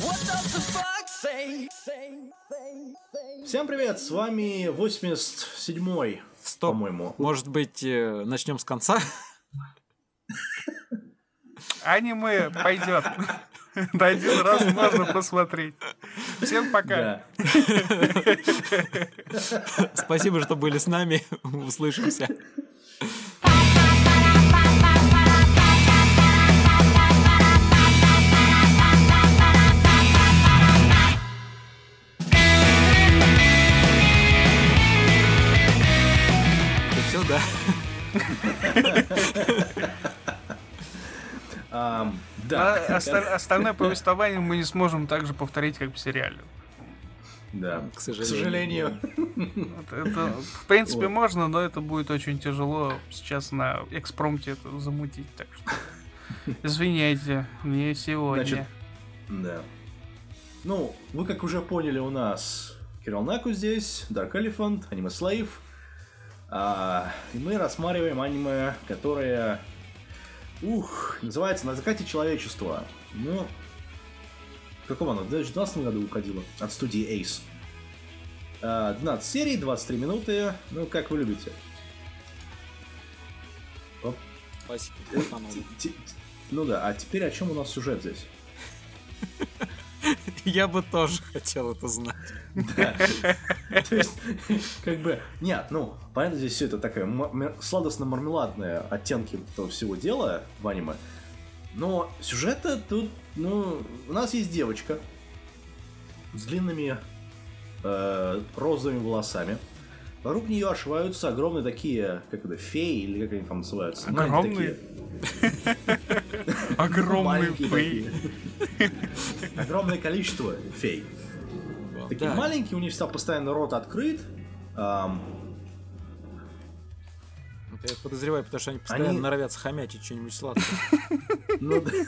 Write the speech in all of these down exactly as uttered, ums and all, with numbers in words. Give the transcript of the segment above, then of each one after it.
Всем привет, с вами восемьдесят седьмой, Стоп. по-моему. Может быть, э, начнем с конца? Аниме пойдет. Да один раз можно посмотреть. Всем пока. Да. Спасибо, что были с нами. Услышимся. Все, да. Ам, да. А оста- остальное повествование мы не сможем так же повторить, как в сериале. Да. К К сожалению. сожалению. Это, это, в принципе, Вот. можно, но это будет очень тяжело сейчас на экспромте это замутить. Так что извиняйте, не сегодня. Значит, да. Ну, вы как уже поняли, у нас Кирилл Наку здесь, Dark Elephant, Anime Slave. А, и мы рассматриваем аниме, которое, ух, называется «На закате человечества». Ну, в каком оно? В две тысячи двенадцатом году выходило от студии Ace. А, двенадцать серий, двадцать три минуты. Ну, как вы любите. Оп. Спасибо. Т- т- Ну да, а теперь о чем у нас сюжет здесь? Я бы тоже хотел это знать. Да. То есть, как бы, нет, ну, понятно, здесь все это такая м- сладостно-мармеладные оттенки этого всего дела в аниме. Но сюжета тут, ну, у нас есть девочка с длинными э, розовыми волосами. Вокруг нее ошиваются огромные такие, как это, феи, или как они там называются? Огромные? Огромные Маленькие феи. такие. Огромное количество фей. Такие Да. маленькие, у них всегда постоянно рот открыт. Ам, Я подозреваю, потому что они постоянно Они- норовят схомячить что-нибудь сладкое. ну, да.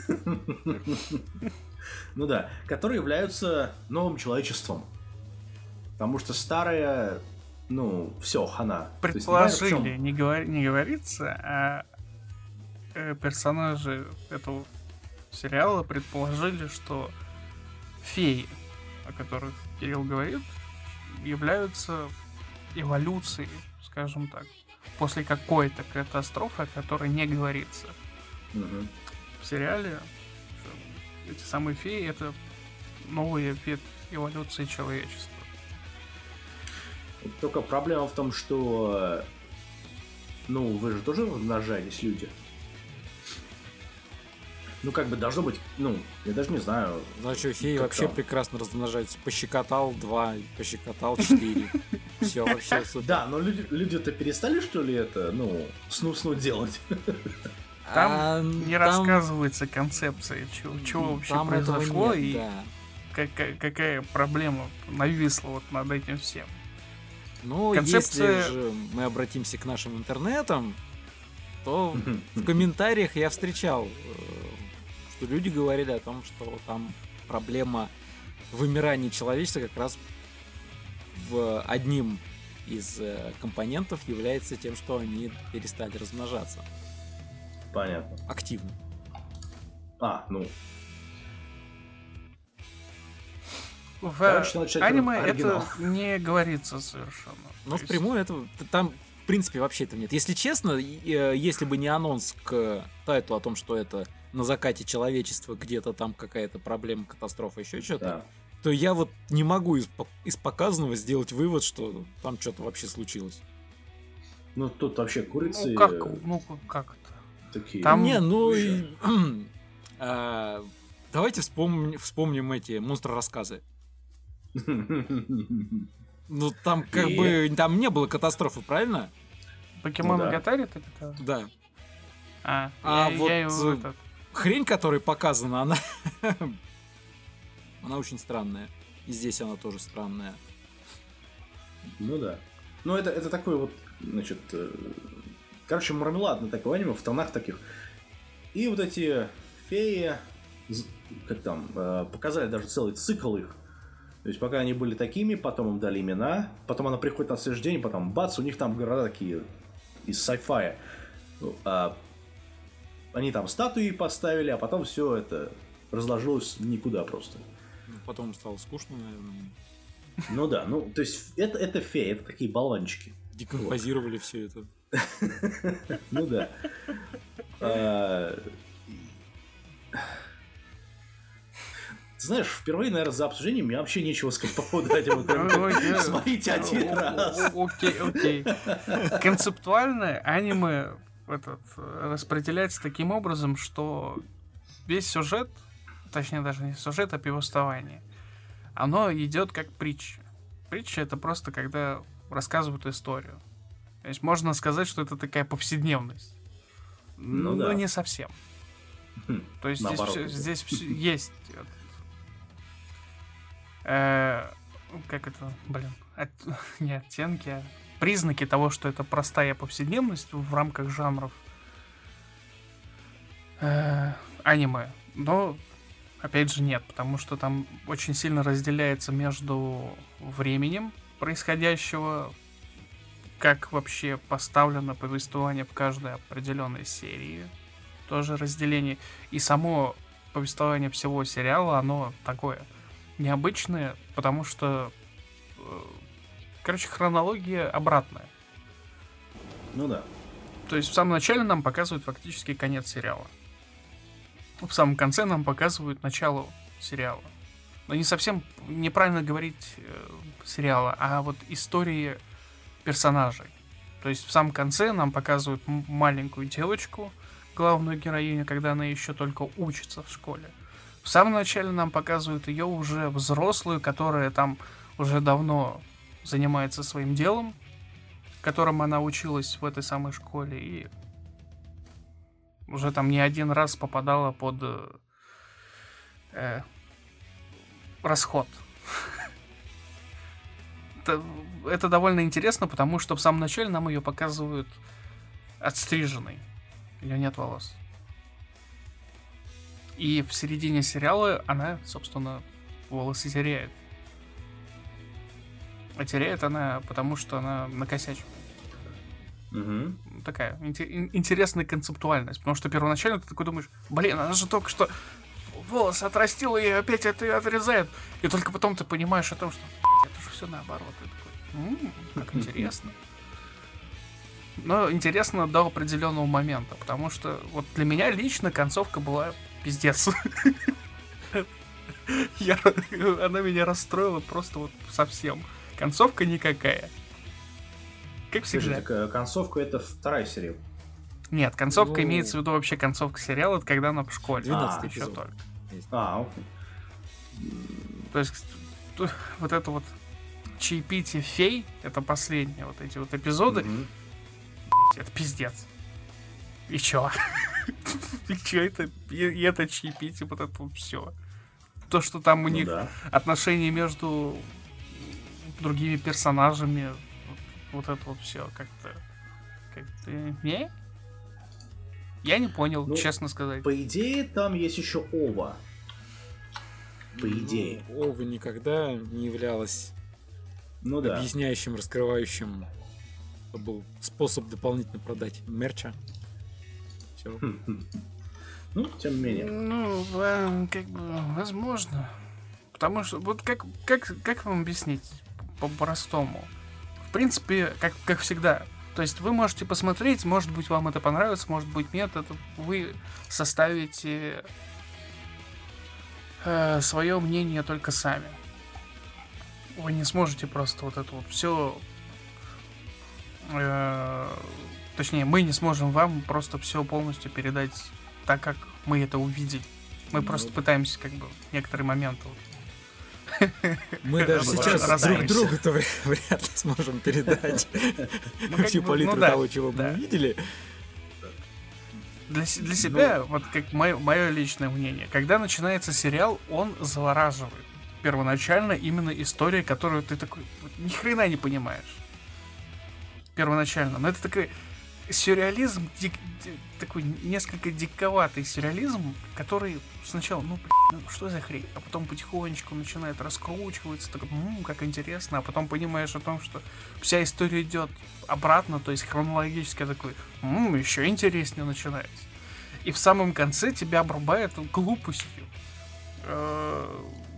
Ну да, которые являются новым человечеством. Потому что старое, ну, все, хана. То есть, понимаешь, в чём? Предположили, не, говори- не говорится, а э, персонажи этого сериала предположили, что феи, о которых Кирилл говорит, являются эволюцией, скажем так, после какой-то катастрофы, о которой не говорится. Мгм. В сериале что эти самые феи — это новый вид эволюции человечества. Только проблема в том, что, э, ну, вы же тоже размножаетесь, люди. Ну, как бы должно быть, ну, я даже не знаю. Ну а что, феи Как вообще там? прекрасно размножаются. Пощекотал два, пощекотал четыре. Все вообще супер. Да, но люди, люди-то перестали, что ли, это, ну, сну-сну делать? Там А, не там- рассказывается концепция, чего, чего вообще там этого произошло нет, и да. какая, какая проблема нависла вот над этим всем. Ну, Концепция- если же мы обратимся к нашим интернетам, то Мгм. в комментариях я встречал, э, что люди говорили о том, что там проблема вымирания человечества как раз в одним из э, компонентов является тем, что они перестали размножаться Понятно. активно. А, ну, В Короче, надо читать аниме оригинал. это не говорится совершенно. Но То есть впрямую это там, в принципе, вообще этого нет. Если честно, и, э, если бы не анонс к тайтлу о том, что это на закате человечества, где-то там какая-то проблема, катастрофа, еще что-то, да. то я вот не могу из, по- из показанного сделать вывод, что там что-то вообще случилось. Ну, тут вообще курицы Ну как, ну как это? такие. Там- Не, ну вообще. и, а, давайте вспомним, вспомним эти монстр-рассказы. Ну там как И? бы там не было катастрофы, правильно? Покемон Ну да. Гатари ты это? Да. А, А я, вот, я его э, этот- Хрень, которая показана, она она очень странная. И здесь она тоже странная. Ну да. Ну, это, это такой вот, значит, э, короче, мармеладное такое аниме в тонах таких. И вот эти феи, з- как там, э, показали даже целый цикл их. То есть пока они были такими, потом им дали имена, потом она приходит на следующий день, потом бац, у них там города такие из sci-fi. Ну, а они там статуи поставили, а потом все это разложилось никуда просто. потом стало скучно, наверное. Ну да, ну, то есть это, это феи, это такие болванчики. Декомпозировали вот. Все это. Ну да. Знаешь, впервые, наверное, за обсуждением мне вообще нечего сказать по поводу этого. Смотрите один раз. Окей, окей. Концептуально аниме этот, распределяется таким образом, что весь сюжет, точнее даже не сюжет, а повествование, оно идет как притча. Притча — это просто когда рассказывают историю. То есть можно сказать, что это такая повседневность. Ну, но да. не совсем. Хм, То есть здесь, наоборот, всё- да. здесь всё есть... э, как это, блин, от- не оттенки, а признаки того, что это простая повседневность в рамках жанров э, аниме. Но, опять же, нет, потому что там очень сильно разделяется между временем происходящего, как вообще поставлено повествование в каждой определенной серии, тоже разделение, и само повествование всего сериала, оно такое необычное, потому что, э, короче, хронология обратная. Ну да. То есть в самом начале нам показывают фактически конец сериала. В самом конце нам показывают начало сериала. Но не совсем неправильно говорить э, сериала, а вот истории персонажей. То есть в самом конце нам показывают м- маленькую девочку, главную героиню, когда она еще только учится в школе. В самом начале нам показывают ее уже взрослую, которая там уже давно занимается своим делом, которым она училась в этой самой школе, и уже там не один раз попадала под э, э, расход. это, это довольно интересно, потому что в самом начале нам ее показывают отстриженной. У нее нет волос. И в середине сериала она, собственно, волосы теряет. А теряет она, потому что она накосячила. Мгм. Такая инте- ин- интересная концептуальность. Потому что первоначально ты такой думаешь, блин, она же только что волосы отрастила и опять это отрезает. И только потом ты понимаешь о том, что «Блядь, это же все наоборот. Ты такой, «М, как интересно. Но интересно до определенного момента, потому что вот для меня лично концовка была пиздец. Я- Она меня расстроила просто вот совсем. Концовка никакая. Как Слушай, всегда. так э, концовка это вторая серия. Нет, концовка Ну. имеется в виду вообще концовка сериала, это когда она в школе. двенадцатый А, Ещё эпизод. только. А, окей. То есть ту- вот это вот чаепитие фей, это последние вот эти вот эпизоды, Мгм. это пиздец. И чё? И чё это? И и это чаепитие, вот это вот все. То, что там у Ну них да. отношения между другими персонажами, вот это вот все как-то... как-то... Не? Я не понял, Ну, честно сказать. По идее, там есть еще Ова. По идее. Ну, Ова никогда не являлась Ну да. объясняющим, раскрывающим. Это был способ дополнительно продать мерча. Все. Хм. Ну, тем не менее. Ну, э, как бы, возможно. Потому что, вот как, как, как вам объяснить по-простому? В принципе, как, как всегда. То есть вы можете посмотреть, может быть, вам это понравится, может быть, нет. Это вы составите э, свое мнение только сами. Вы не сможете просто вот это вот все... точнее, мы не сможем вам просто все полностью передать так, как мы это увидели. Мы Ну, просто пытаемся, как бы, некоторые моменты. вот. Мы даже Мы сейчас друг расстаемся. другу-то вряд вряд ли сможем передать Ну, как всю бы, палитру ну да, того, чего мы да. увидели. Для, с- для себя, вот как мое личное мнение, когда начинается сериал, он завораживает. Первоначально именно история, которую ты такой вот, ни хрена не понимаешь. Первоначально. Но это такой сюрреализм, дик- ди- такой несколько диковатый сюрреализм, который сначала, ну, блин, ну что за хрень, а потом потихонечку начинает раскручиваться, такой, «М, как интересно, а потом понимаешь о том, что вся история идет обратно, то есть хронологически такой, «М, еще интереснее начинается. И в самом конце тебя обрубает глупостью. Э,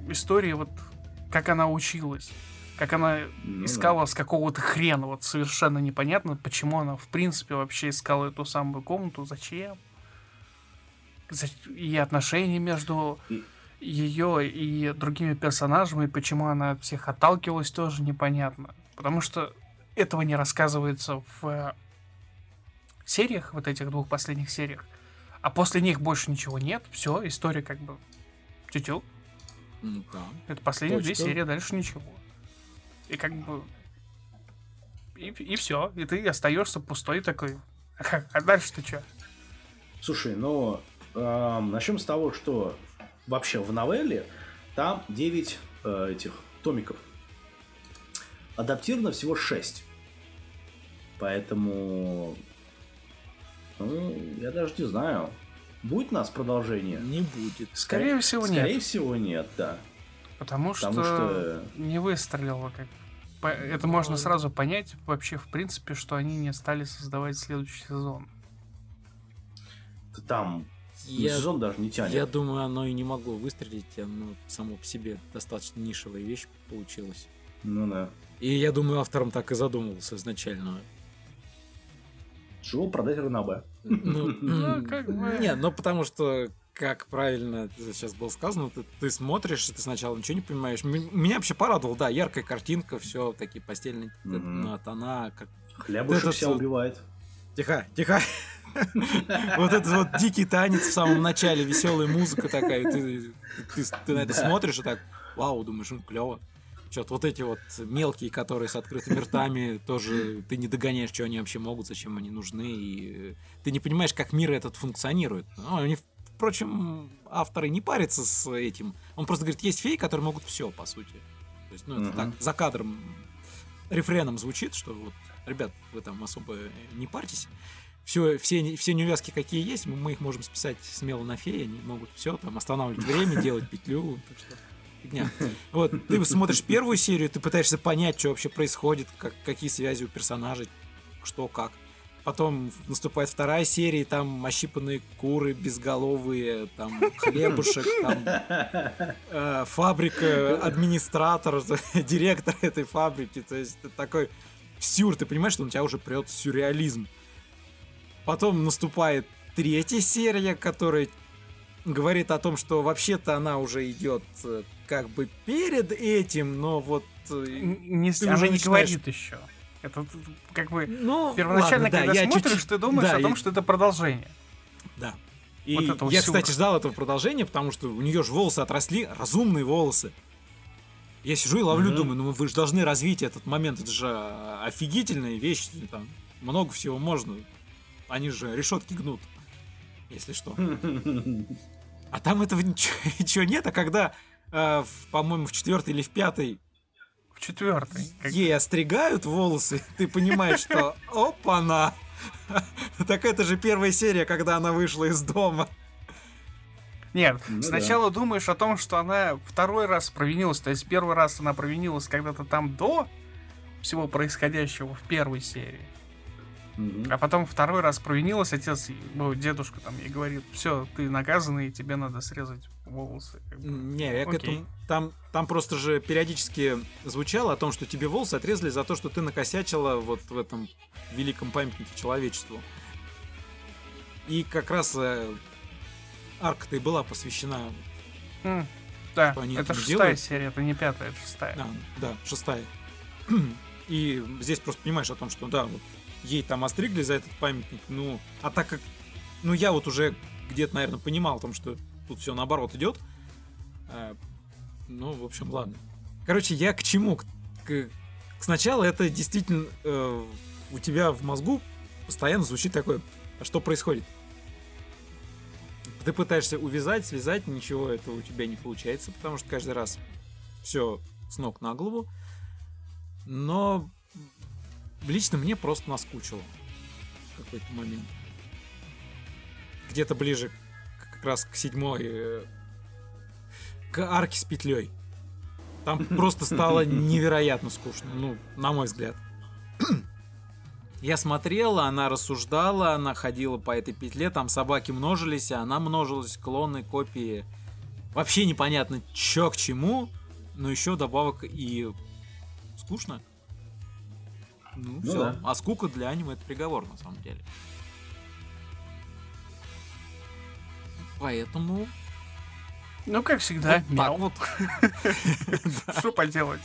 истории, вот как она училась, как она Ну искала с какого-то хрена, вот совершенно непонятно, почему она в принципе вообще искала эту самую комнату, зачем. За- И отношения между И- ее и другими персонажами, и почему она от всех отталкивалась, тоже непонятно. Потому что этого не рассказывается в э, сериях, вот этих двух последних сериях. А после них больше ничего нет. Все, история как бы тю-тю. Ну да. Это последние две Точка. серии, дальше ничего. И как бы... И, и все. И ты остаешься пустой такой. А дальше ты что? Слушай, ну, эм, начнем с того, что вообще в новелле там девять э, этих томиков. Адаптировано всего шесть. Поэтому... Ну, я даже не знаю. Будет у нас продолжение? Не будет. Скорее всего, нет. Скорее всего, нет, да. Потому что, Потому что- не выстрелило. Как... по- Это можно сразу понять вообще, в принципе, что они не стали создавать следующий сезон. Там Я, сезон даже не тянет. я думаю, оно и не могло выстрелить, оно само по себе достаточно нишевая вещь получилась. Ну да. И я думаю, автором так и задумывался изначально. Чего продать Ранабе? Ну, Ну, как бы- Не, ну потому что, как правильно сейчас было сказано, ты, ты смотришь, ты сначала ничего не понимаешь. М- Меня вообще порадовало, да, яркая картинка, все такие постельные Мгм. ну, тона. Как... Хлебушек Этот себя вот- убивает. Тихо, тихо. Вот этот вот дикий танец в самом начале, веселая музыка такая, ты, ты, ты на это Да. смотришь и так, вау, думаешь, ну клево. Что-то вот эти вот мелкие, которые с открытыми ртами, тоже ты не догоняешь, что они вообще могут, зачем они нужны, и ты не понимаешь, как мир этот функционирует. Ну, они, впрочем, авторы не парятся с этим. Он просто говорит, есть феи, которые могут все, по сути. То есть, ну, это Мгм. так, за кадром рефреном звучит, что вот, ребят, вы там особо не парьтесь. Все, все, все неувязки, какие есть, мы, мы их можем списать смело на феи, они могут все, там, останавливать время, делать петлю, так что фигня. Вот, ты смотришь первую серию, ты пытаешься понять, что вообще происходит, как, какие связи у персонажей, что, как. Потом наступает вторая серия, и там ощипанные куры, безголовые, там хлебушек, там э, фабрика, администратор, директор этой фабрики. То есть это такой сюр, ты понимаешь, что у тебя уже прет сюрреализм. Потом наступает третья серия, которая говорит о том, что вообще-то она уже идет э, как бы перед этим, но вот... э, Н- Не, ты она уже не начинаешь- говорит еще. Это т- как бы Ну, первоначально, ладно, да, когда я смотришь, чуть-чуть- ты думаешь да, о том, я- что это продолжение. Да. И Вот это вот я, сюр. кстати, ждал этого продолжения, потому что у нее же волосы отросли, разумные волосы. Я сижу и ловлю, Мгм. думаю, ну вы же должны развить этот момент, это же а, офигительная вещь, там много всего можно. Они же решетки гнут, если что. А там этого ничего, ничего нет, а когда, э, в- по-моему, в четвертой или в пятой В четвертой. Как- ей остригают волосы, ты понимаешь, что опа-на! Так это же первая серия, когда она вышла из дома. Нет, Ну да. сначала думаешь о том, что она второй раз провинилась. То есть первый раз она провинилась когда-то там до всего происходящего в первой серии. Мгм. А потом второй раз провинилась, отец, ну, дедушка там ей говорит, все, ты наказанный, тебе надо срезать волосы. Как бы. Не, я к Окей. этому... Там, там просто же периодически звучало о том, что тебе волосы отрезали за то, что ты накосячила вот в этом великом памятнике человечеству. И как раз э, арка-то и была посвящена... М, Да, Что они это этому шестая делают? серия, это не пятая, это шестая. А, да, шестая. И здесь просто понимаешь о том, что да, вот ей там остригли за этот памятник, ну, а так как, ну, я вот уже где-то, наверное, понимал о том, что тут все наоборот идет, а, ну, в общем, ладно. Короче, я к чему? К, к- сначала это действительно э, у тебя в мозгу постоянно звучит такое, а что происходит? Ты пытаешься увязать, связать, ничего этого у тебя не получается, потому что каждый раз все с ног на голову. Но лично мне просто наскучило в какой-то момент. Где-то ближе к- как раз к седьмой, э, к арке с петлей. Там просто стало невероятно скучно, ну, на мой взгляд. Я смотрела, она рассуждала, она ходила по этой петле, там собаки множились, а она множилась, клоны, копии. вообще непонятно, чё к чему, но еще добавок и скучно. Ну, Ну все. да. А скука для аниме это приговор, на самом деле. Поэтому... Ну, как всегда, вот так мяу. вот. Что поделать?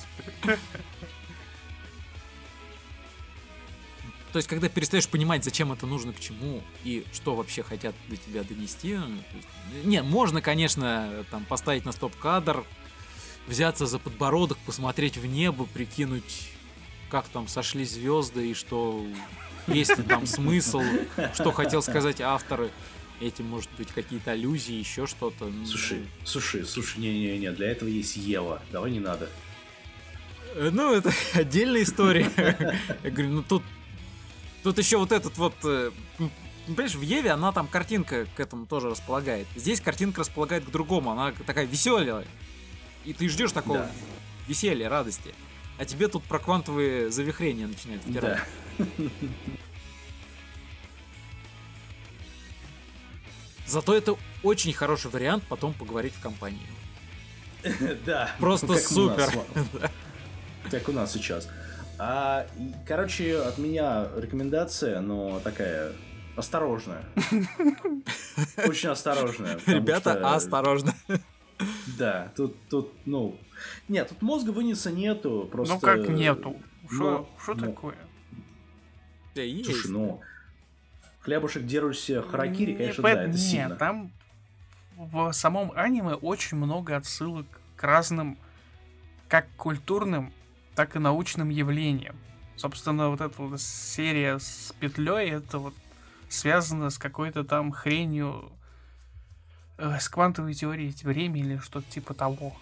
То есть, когда перестаешь понимать, зачем это нужно, к чему, и что вообще хотят до тебя донести... ну, то есть, не, можно, конечно, там, поставить на стоп-кадр, взяться за подбородок, посмотреть в небо, прикинуть, как там сошли звезды, и что есть ли там смысл, что хотел сказать автор. Эти, может быть, какие-то аллюзии, еще что-то. Слушай, слушай, слушай, не-не-не, для этого есть Ева, давай не надо. Ну, это отдельная история. Я говорю, ну тут... Тут еще вот этот вот... э, м, Понимаешь, в Еве она там картинка к этому тоже располагает. Здесь картинка располагает к другому. Она такая веселая. И ты ждешь такого Да. веселья, радости. А тебе тут про квантовые завихрения начинают втирать. Да. Зато это очень хороший вариант потом поговорить в компании. Да. Просто как у нас, супер. ладно. Как у нас сейчас. А, и, короче, от меня рекомендация, но такая осторожная. Очень осторожная. потому Ребята, что- осторожно. Да, тут, тут, ну... Нет, тут мозга вынеса нету, просто... Ну, как нету? Ну, Что ну, такое? Да, есть. Слушай, ну... Хлебушек, держишься харакири, Не, конечно, поэт- да, это не, сильно. там в самом аниме очень много отсылок к разным, как культурным, так и научным явлениям. Собственно, вот эта вот серия с петлей, это вот связано с какой-то там хренью, э, с квантовой теорией времени или что-то типа того.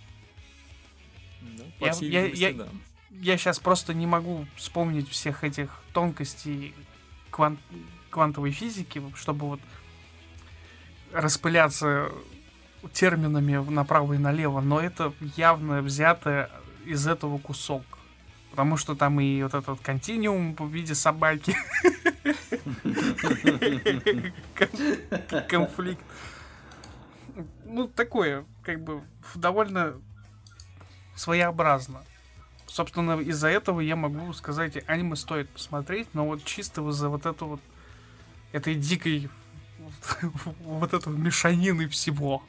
Да, по Я- всей я- видимости, я- да. Я сейчас просто не могу вспомнить всех этих тонкостей кван- квантовой физики, чтобы вот распыляться терминами направо и налево, но это явно взято из этого кусок. Потому что там и вот этот континуум в виде собаки. Кон- Конфликт. Ну, такое, как бы, довольно своеобразно. Собственно, из-за этого я могу сказать, аниме стоит посмотреть, но вот чисто из-за вот этого вот этой дикой вот этого мешанины всего.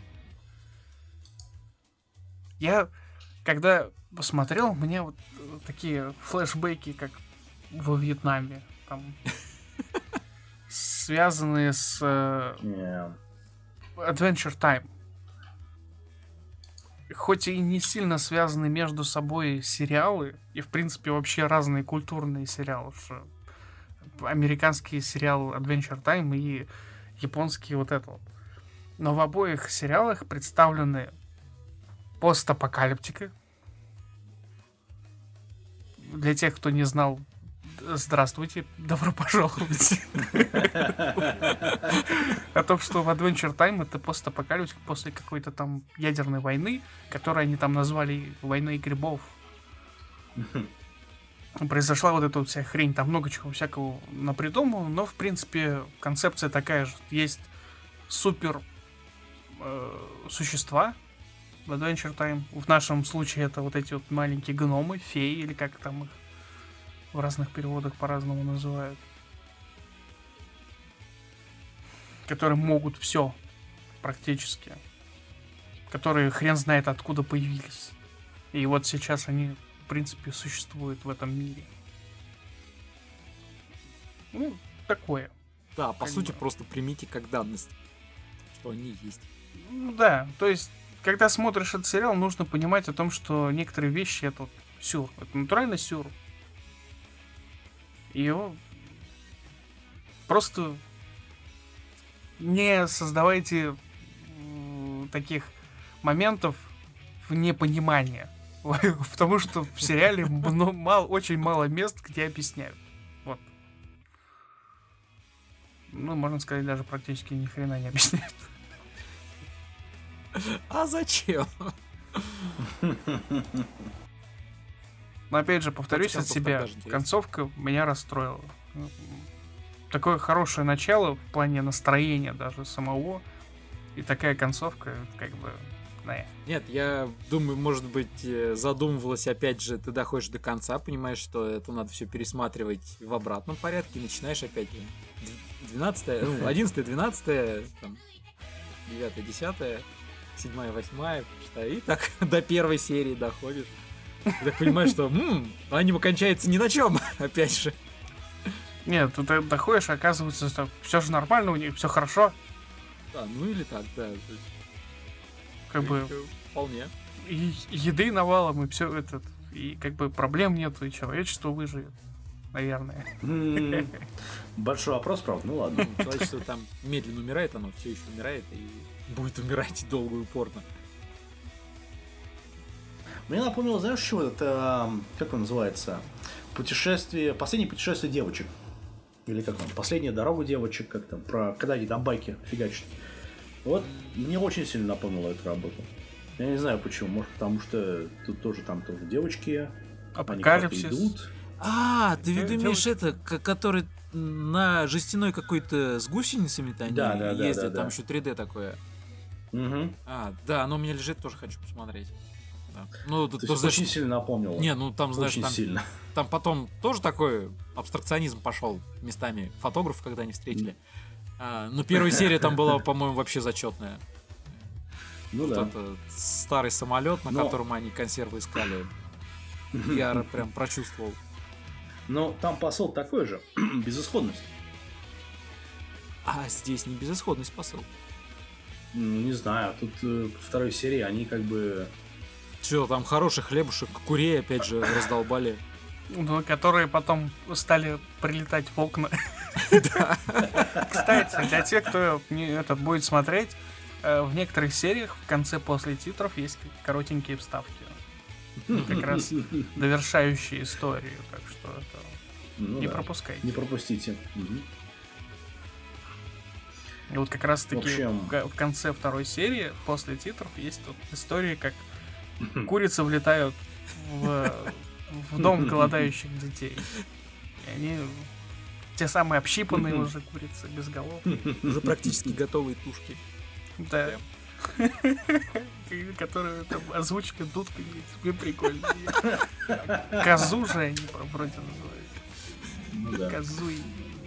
Я, когда посмотрел, у меня вот такие флешбеки, как во Вьетнаме, там, связанные с э, Не. Adventure Time. Хоть и не сильно связаны между собой сериалы, и в принципе вообще разные культурные сериалы, что американский сериал Adventure Time и японский вот это вот. Но в обоих сериалах представлены постапокалиптика. Для тех, кто не знал, здравствуйте, добро пожаловать. О том, что в Adventure Time это постапокалиптика после какой-то там ядерной войны, которую они там назвали войной грибов. Произошла вот эта вот вся хрень, там много чего всякого напридумывало, но в принципе концепция такая же. Есть супер э, существа в Adventure Time. В нашем случае это вот эти вот маленькие гномы, феи, или как там их в разных переводах по-разному называют. Которые могут все практически. Которые хрен знает откуда появились. И вот сейчас они, в принципе, существуют в этом мире. Ну, такое. Да, по Как сути, бы. просто примите как данность, что они есть. Ну да, то есть, когда смотришь этот сериал, нужно понимать о том, что некоторые вещи это вот сюр. Это натурально сюр. Его просто не создавайте м, таких моментов в непонимании. Потому что в сериале мно- мало, очень мало мест, где объясняют. Вот. Ну, можно сказать, даже практически ни хрена не объясняют. А зачем? Но опять же, повторюсь от концов, себя, тогда же интересно. концовка меня расстроила. Такое хорошее начало в плане настроения даже самого. И такая концовка, как бы, Да. Нет, я думаю, может быть, задумывалась, опять же, ты доходишь до конца, понимаешь, что это надо все пересматривать в обратном порядке, и начинаешь опять двенадцатое, ну, одиннадцатое, двенадцатое, там, девятое, десятое, седьмая, восьмая, и так до первой серии доходишь. Ты так понимаешь, что м-м, аниме кончается ни на чем, опять же. Нет, ты доходишь, оказывается, что все же нормально у них, все хорошо. Да, ну или так, да. Как бы вполне. И еды навалом, и все это. И как бы проблем нету, и человечество выживет. Наверное. Большой вопрос, правда, ну ладно. Человечество там медленно умирает, оно все еще умирает и будет умирать долго и упорно. Мне напомнило, знаешь, что это, как он называется? Путешествие, последнее путешествие девочек. Или как там, последняя дорога девочек, как там, про когда они там байки фигачат. Вот, мне очень сильно напомнило эту работу. Я не знаю почему, может потому что тут тоже там тоже девочки, Апокалипсис. Они идут. А, ты в виду Дев- имеешь это, к- который на жестяной какой-то с гусеницами-то они Да, да, да, ездят, да, да. там еще три дэ такое. Угу. А, да, оно у меня лежит, тоже хочу посмотреть. Да. Ну, То то, есть знаешь, очень сильно напомнило. не, ну там, знаешь, очень там, сильно. там потом тоже такой абстракционизм пошел местами фотографов, когда они встретили. А, ну, первая серия там была, по-моему, вообще зачетная. Ну Вот да. это старый самолет, на Но- котором они консервы искали. Я р- прям прочувствовал. Но там посыл такой же. Безысходность. А здесь не безысходность посыл. Ну, не знаю, тут э, во второй серии они как бы... Че, там хороший хлебушек, курей опять же раздолбали. Ну, которые потом стали прилетать в окна. Кстати, для тех, кто не этот будет смотреть, э, в некоторых сериях в конце после титров есть коротенькие вставки. Как раз довершающие историю, так что это Ну не да. пропускайте. Не пропустите. Мгм. И вот как раз таки В общем- в га- в конце второй серии после титров есть тут истории, как курицы влетают в, в дом голодающих детей. И они те самые общипанные уже курицы без голов. Уже практически готовые тушки. Да. Которые там озвучка дудка есть. Вы прикольные. Козу же они вроде называют. Ну да. Козу. и-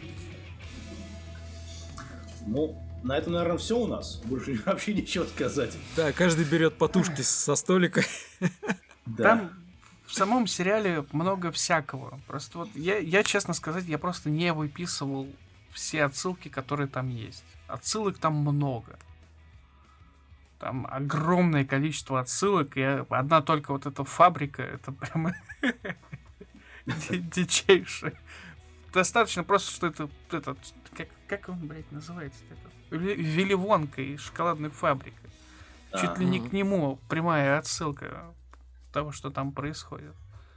Ну, на этом, наверное, все у нас. Больше вообще ничего сказать. Да, каждый берет по тушке со столика. Да. Там в самом сериале много всякого. Просто вот я, я, честно сказать, я просто не выписывал все отсылки, которые там есть. Отсылок там много. Там огромное количество отсылок, и одна только вот эта фабрика, это прямо ди- дичайшее. Достаточно просто, что это этот, как, как он, блядь, называется? Это? Вилли Вилли Вонка и шоколадная фабрика. Да. Чуть ли не Мгм. к нему прямая отсылка того, что там происходит.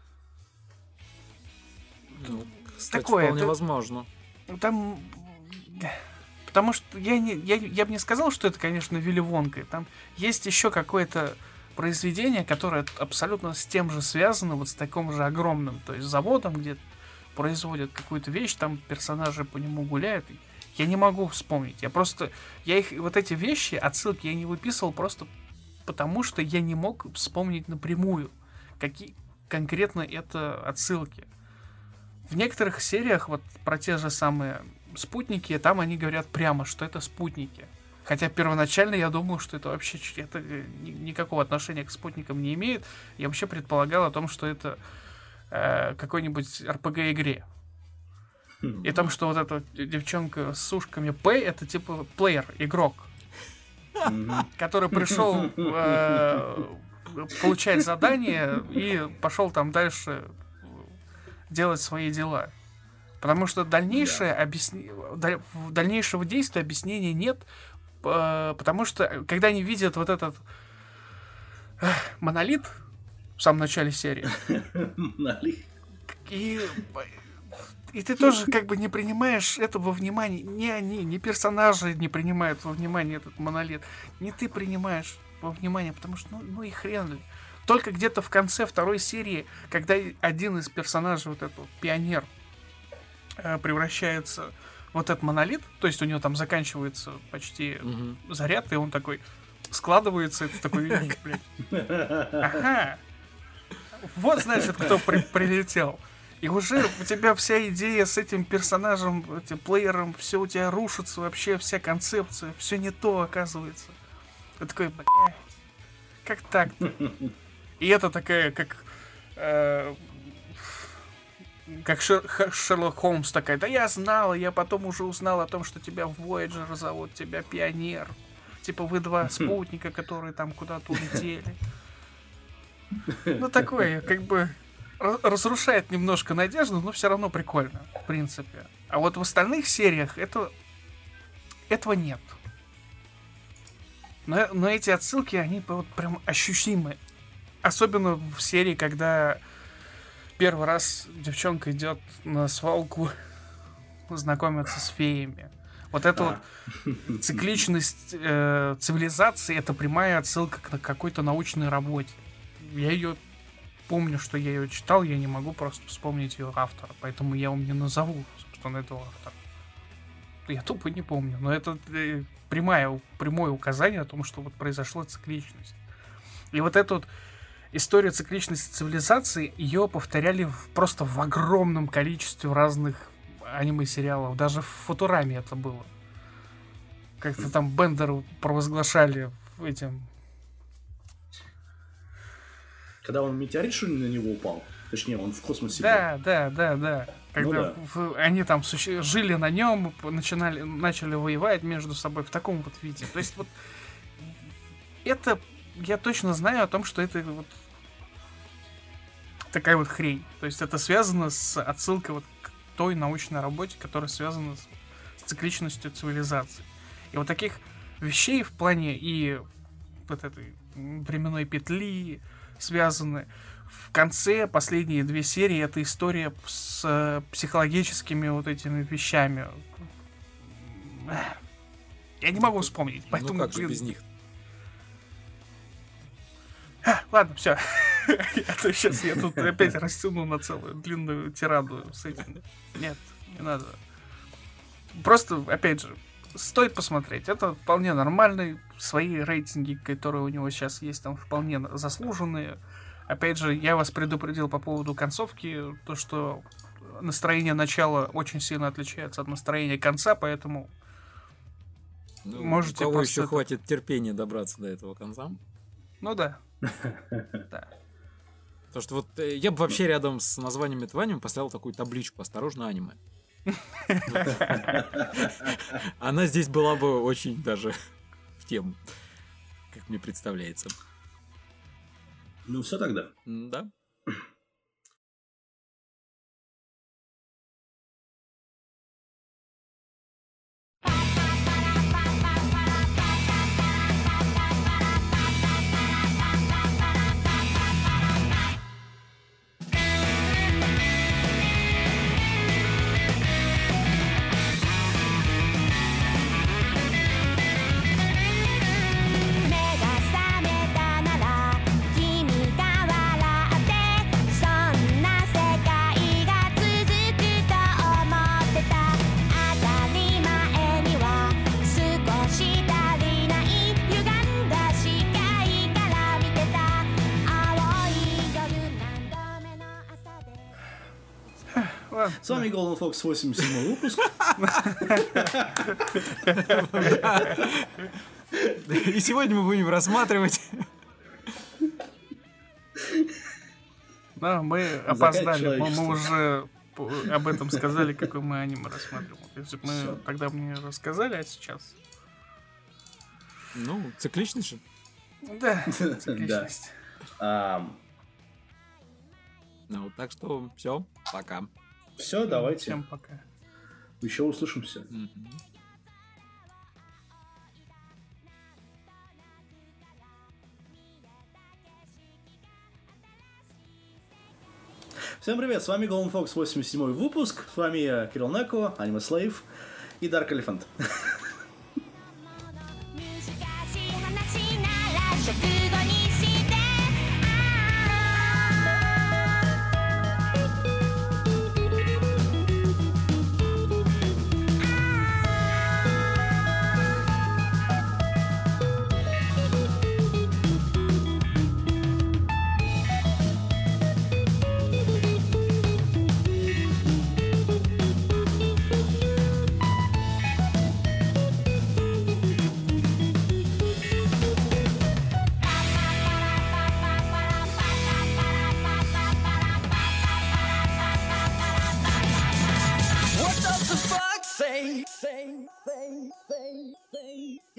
Ну, кстати, Такое, вполне это- возможно. Там... Потому что я, не, я, я бы не сказал, что это, конечно, Вилли Вонка. Там есть еще какое-то произведение, которое абсолютно с тем же связано, вот с таким же огромным, то есть заводом, где производят какую-то вещь, там персонажи по нему гуляют. Я не могу вспомнить. Я просто... Я их... Вот эти вещи, отсылки я не выписывал просто потому, что я не мог вспомнить напрямую, какие конкретно это отсылки. В некоторых сериях, вот про те же самые спутники, там они говорят прямо, что это спутники. Хотя первоначально я думал, что это вообще ч- это ни- никакого отношения к спутникам не имеет. Я вообще предполагал о том, что это э, какой-нибудь эр пи джи-игре. И там, что вот эта девчонка с ушками П, это типа плеер, игрок, Мгм. который пришел э, получать задание и пошел там дальше делать свои дела. Потому что дальнейшее объясни... даль- в дальнейшего действия объяснения нет, э, потому что когда они видят вот этот э, монолит в самом начале серии, Нали. и, и ты тоже как бы не принимаешь этого во внимание. Ни они, ни персонажи не принимают во внимание этот монолит. Не ты принимаешь во внимание, потому что ну, ну и хрен ли. Только где-то в конце второй серии, когда один из персонажей, вот этот пионер, э, превращается в вот этот монолит, то есть у него там заканчивается почти Мгм. заряд, и он такой, складывается, это такой, блядь. Ага. Вот, значит, кто при- прилетел. И уже у тебя вся идея с этим персонажем, этим плеером, все у тебя рушится, вообще вся концепция, все не то оказывается. Ты такой, блядь, как так-то? И это такая, как... Э, как Шер- Шерлок Холмс такая, да я знала, я потом уже узнал о том, что тебя Voyager зовут, тебя Пионер. Типа вы два спутника, которые там куда-то улетели. Ну такое, как бы... разрушает немножко надежду, но все равно прикольно, в принципе. А вот в остальных сериях это... этого нет. Но, но эти отсылки, они вот прям ощутимы. Особенно в серии, когда первый раз девчонка идет на свалку знакомиться с феями. Вот эта а. вот цикличность э, цивилизации, это прямая отсылка к какой-то научной работе. Я ее помню, что я ее читал, я не могу просто вспомнить ее автора, поэтому я вам не назову, собственно, этого автора. Я тупо не помню, но это э, прямое, прямое указание о том, что вот произошла цикличность. И вот эту вот историю цикличности цивилизации, ее повторяли в, просто в огромном количестве разных аниме-сериалов. Даже в Футураме это было. Как-то там Бендера провозглашали этим... Когда он метеорит, что ли, на него упал? Точнее, он в космосе Да, был. да, да, да. Когда ну, да. В, они там суще... жили на нем, начинали, начали воевать между собой в таком вот виде. То есть вот это... Я точно знаю о том, что это вот такая вот хрень. То есть это связано с отсылкой вот к той научной работе, которая связана с, с цикличностью цивилизации. И вот таких вещей в плане и вот этой временной петли связаны. В конце последние две серии это история с э, психологическими вот этими вещами. Я не могу вспомнить. Поэтому, ну как же блин... без них? А, ладно, все. А то сейчас я тут опять растяну на целую длинную тираду с этим. Нет, не надо. Просто, опять же, стоит посмотреть. Это вполне нормальный. Свои рейтинги, которые у него сейчас есть, там вполне заслуженные. Опять же, я вас предупредил по поводу концовки, то, что настроение начала очень сильно отличается от настроения конца, поэтому ну, можете у кого просто... еще это... хватит терпения добраться до этого конца? Ну да. Да. Потому что вот я бы вообще рядом с названием этого аниме поставил такую табличку «Осторожно, аниме». Она здесь была бы очень даже в тему, как мне представляется. Ну все тогда. Да. С вами Golden Fox, восемьдесят седьмой выпуск. И сегодня мы будем рассматривать... Да, мы опоздали. Мы уже об этом сказали, какой мы аниме рассматриваем. Если бы мы тогда мне рассказали, а сейчас... Ну, цикличность же. Да, цикличность. Ну, так что все, пока. Все, давайте. Всем пока. Еще услышимся. Mm-hmm. Всем привет, с вами Golden Fox, восемьдесят седьмой выпуск. С вами я, Кирилл Неко, Anime Slave и Dark Elephant. face.